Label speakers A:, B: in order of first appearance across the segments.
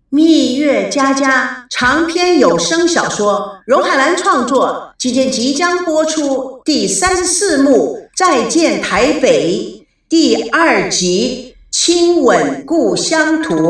A: 蜜月佳佳长篇有声小说，荣海兰创作，今天即将播出第34幕《再见台北》第2集《亲吻故乡图》。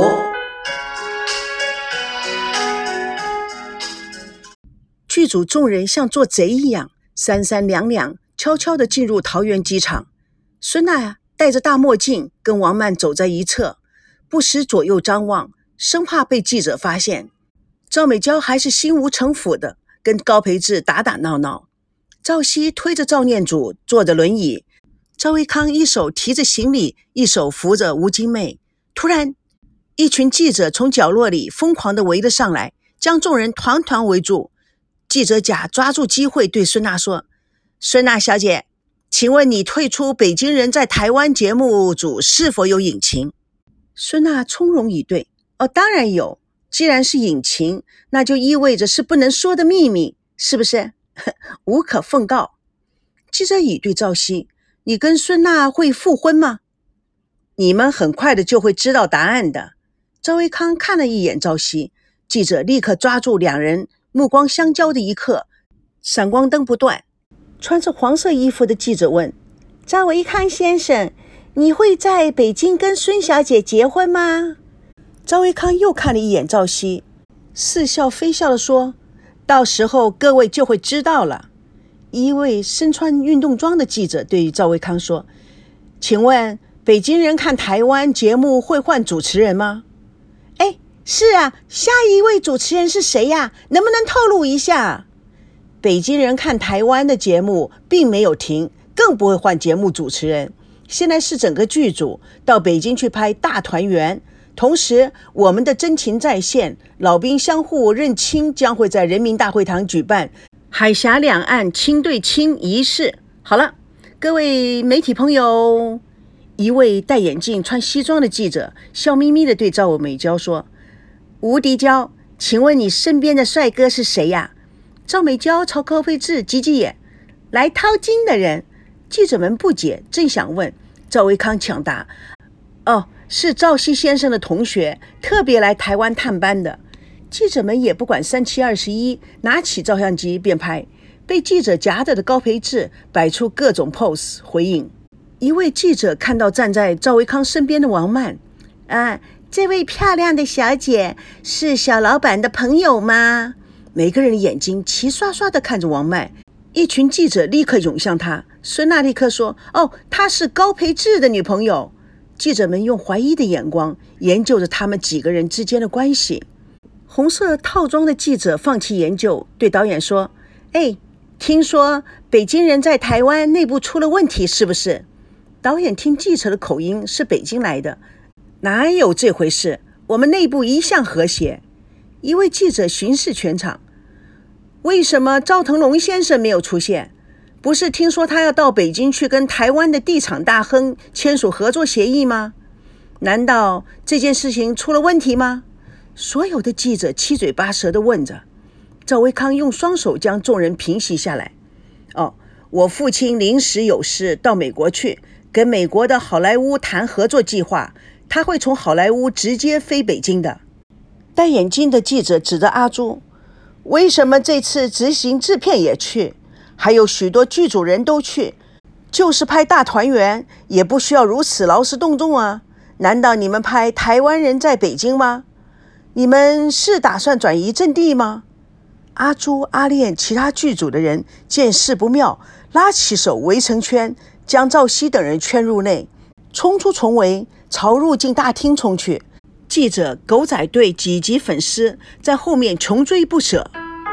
A: 剧组众人像做贼一样，三三两两悄悄地进入桃园机场。孙娜戴着大墨镜，跟王曼走在一侧，不时左右张望，生怕被记者发现。赵美娇还是心无城府的跟高培志打打闹闹。赵熙推着赵念祖坐着轮椅，赵维康一手提着行李，一手扶着吴金妹。突然一群记者从角落里疯狂地围了上来，将众人团团围住。记者甲抓住机会对孙娜说：孙娜小姐，请问你退出北京人在台湾节目组是否有隐情？孙娜从容以对：当然有，既然是隐情，那就意味着是不能说的秘密，是不是？无可奉告。记者乙对赵熙：你跟孙娜会复婚吗？你们很快的就会知道答案的。赵维康看了一眼赵熙，记者立刻抓住两人，目光相交的一刻，闪光灯不断。穿着黄色衣服的记者问：赵维康先生，你会在北京跟孙小姐结婚吗？赵维康又看了一眼赵熙，似笑非笑地说：到时候各位就会知道了。一位身穿运动装的记者对于赵维康说：请问北京人看台湾节目会换主持人吗？是啊，下一位主持人是谁呀？能不能透露一下？北京人看台湾的节目并没有停，更不会换节目主持人。现在是整个剧组到北京去拍大团圆，同时我们的真情再现，老兵相互认亲将会在人民大会堂举办海峡两岸亲对亲仪式。好了，各位媒体朋友，一位戴眼镜穿西装的记者笑眯眯地对赵美娇说：吴迪娇，请问你身边的帅哥是谁呀？赵美娇朝高培志挤挤眼：来掏金的人。记者们不解，正想问，赵维康抢答：是赵熙先生的同学，特别来台湾探班的。记者们也不管3721，拿起照相机便拍。被记者夹着的高培志摆出各种 pose 回应。一位记者看到站在赵维康身边的王曼：这位漂亮的小姐是小老板的朋友吗？每个人的眼睛齐刷刷地看着王曼。一群记者立刻涌向她。孙娜立刻说：她是高培志的女朋友。记者们用怀疑的眼光研究着他们几个人之间的关系。红色套装的记者放弃研究，对导演说：听说北京人在台湾内部出了问题，是不是？导演听记者的口音是北京来的：哪有这回事，我们内部一向和谐。一位记者巡视全场：为什么赵腾龙先生没有出现？不是听说他要到北京去跟台湾的地产大亨签署合作协议吗？难道这件事情出了问题吗？所有的记者七嘴八舌地问着。赵维康用双手将众人平息下来：我父亲临时有事到美国去，跟美国的好莱坞谈合作计划，他会从好莱坞直接飞北京的。戴眼镜的记者指着阿朱：为什么这次执行制片也去？还有许多剧组人都去，就是拍大团圆，也不需要如此劳师动众啊。难道你们拍台湾人在北京吗？你们是打算转移阵地吗？阿朱、阿炼其他剧组的人见势不妙，拉起手围成圈，将赵熙等人圈入内，冲出重围，朝入境大厅冲去。记者、狗仔队几级粉丝在后面穷追不舍。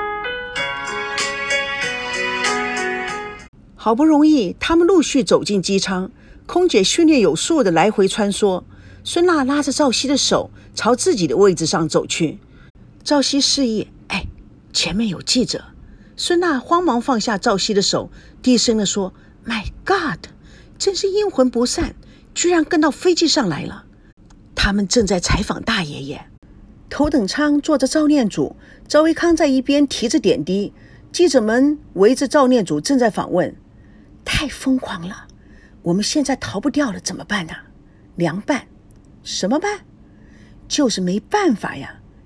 A: 好不容易他们陆续走进机舱，空姐训练有素的来回穿梭。孙娜拉着赵熙的手朝自己的位置上走去。赵熙示意：前面有记者。孙娜慌忙放下赵熙的手，低声地说： My God， 真是阴魂不散，居然跟到飞机上来了。他们正在采访大爷爷。头等舱坐着赵念祖，赵维康在一边提着点滴。记者们围着赵念祖正在访问。太疯狂了，我们现在逃不掉了，怎么办呢？凉拌。什么办？就是没办法呀，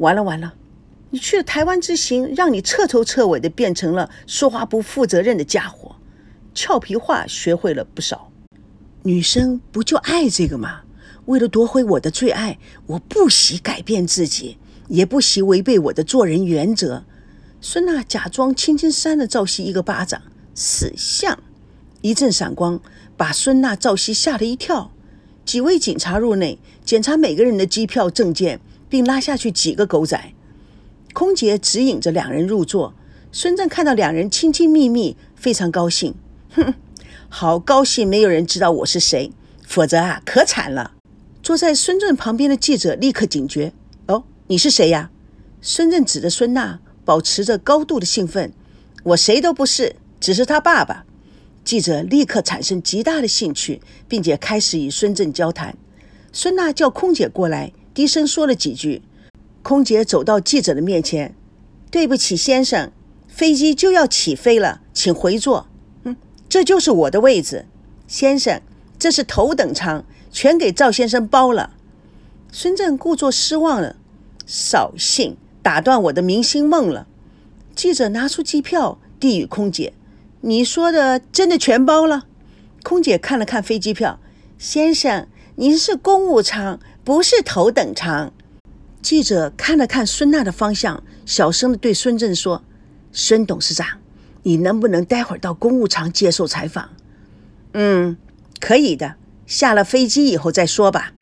A: 完了完了，你去了台湾之行，让你彻头彻尾的变成了说话不负责任的家伙，俏皮话学会了不少。女生不就爱这个吗？为了夺回我的最爱，我不惜改变自己，也不惜违背我的做人原则。孙娜假装轻轻扇了赵熙一个巴掌，死相！一阵闪光把孙娜、赵熙吓了一跳。几位警察入内检查每个人的机票证件，并拉下去几个狗仔。空姐指引着两人入座。孙正看到两人亲亲密密，非常高兴。好高兴没有人知道我是谁，否则啊可惨了。坐在孙正旁边的记者立刻警觉。哦，你是谁呀？孙正指着孙娜，保持着高度的兴奋。我谁都不是，只是他爸爸。记者立刻产生极大的兴趣，并且开始与孙正交谈。孙娜叫空姐过来，低声说了几句。空姐走到记者的面前，对不起先生，飞机就要起飞了，请回座。这就是我的位置，先生，这是头等舱，全给赵先生包了。孙正故作失望了，扫兴，打断我的明星梦了。记者拿出机票递与空姐，你说的真的全包了？空姐看了看飞机票，先生，您是公务舱，不是头等舱。记者看了看孙娜的方向，小声地对孙正说，孙董事长，你能不能待会儿到公务舱接受采访？可以的，下了飞机以后再说吧。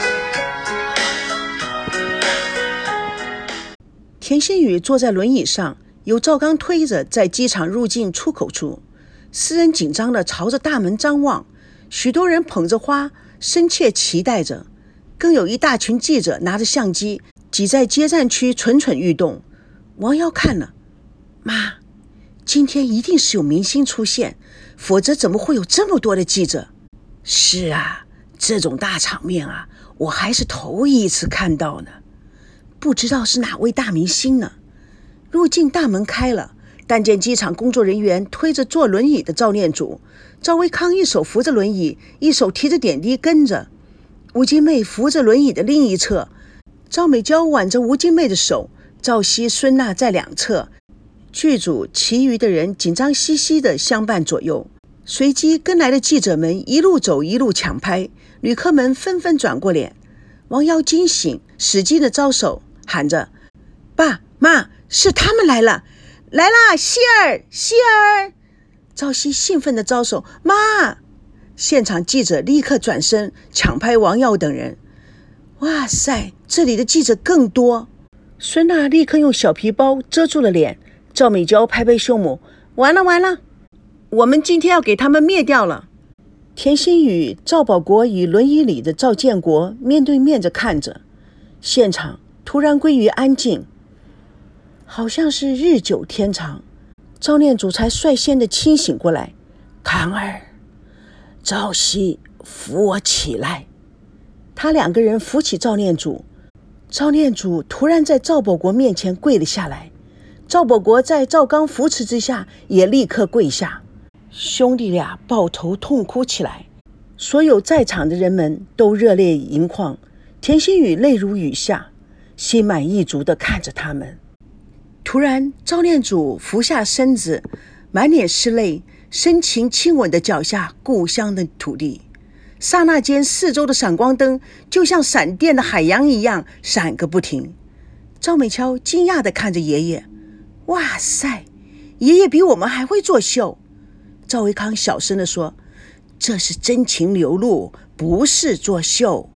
A: 田心雨坐在轮椅上，由赵刚推着在机场入境出口处。私人紧张地朝着大门张望，许多人捧着花，深切期待着，更有一大群记者拿着相机挤在接站区蠢蠢欲动。王瑶看了，妈，今天一定是有明星出现，否则怎么会有这么多的记者？是啊，这种大场面啊，我还是头一次看到呢，不知道是哪位大明星呢。入境大门开了，但见机场工作人员推着坐轮椅的赵念祖，赵维康一手扶着轮椅，一手提着点滴跟着。吴金妹扶着轮椅的另一侧，赵美娇挽着吴金妹的手，赵熙、孙娜在两侧。剧组其余的人紧张兮兮地相伴左右。随即跟来的记者们一路走一路抢拍，旅客们纷纷转过脸。王瑶惊醒，使劲地招手，喊着，爸妈，是他们来了，来啦，希儿，希儿！赵熙兴奋地招手，妈！现场记者立刻转身抢拍王耀等人。哇塞，这里的记者更多。孙娜立刻用小皮包遮住了脸。赵美娇拍拍胸脯，完了完了，我们今天要给他们灭掉了。田心雨、赵保国与轮椅里的赵建国面对面着看着，现场突然归于安静，好像是日久天长。赵念祖才率先的清醒过来，康儿，赵熙，扶我起来。他两个人扶起赵念祖，赵念祖突然在赵保国面前跪了下来，赵保国在赵刚扶持之下也立刻跪下，兄弟俩抱头痛哭起来。所有在场的人们都热泪盈眶，田心雨泪如雨下，心满意足地看着他们。突然赵念祖俯下身子，满脸是泪，深情亲吻的脚下故乡的土地。刹那间，四周的闪光灯就像闪电的海洋一样闪个不停。赵美娇惊讶地看着爷爷，哇塞，爷爷比我们还会作秀。赵维康小声地说，这是真情流露，不是作秀。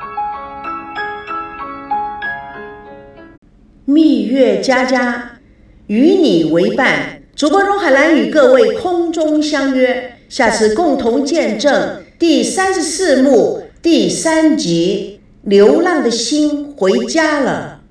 A: 蜜月佳佳，与你为伴，主播荣海兰与各位空中相约，下次共同见证第34幕第3集，流浪的心回家了。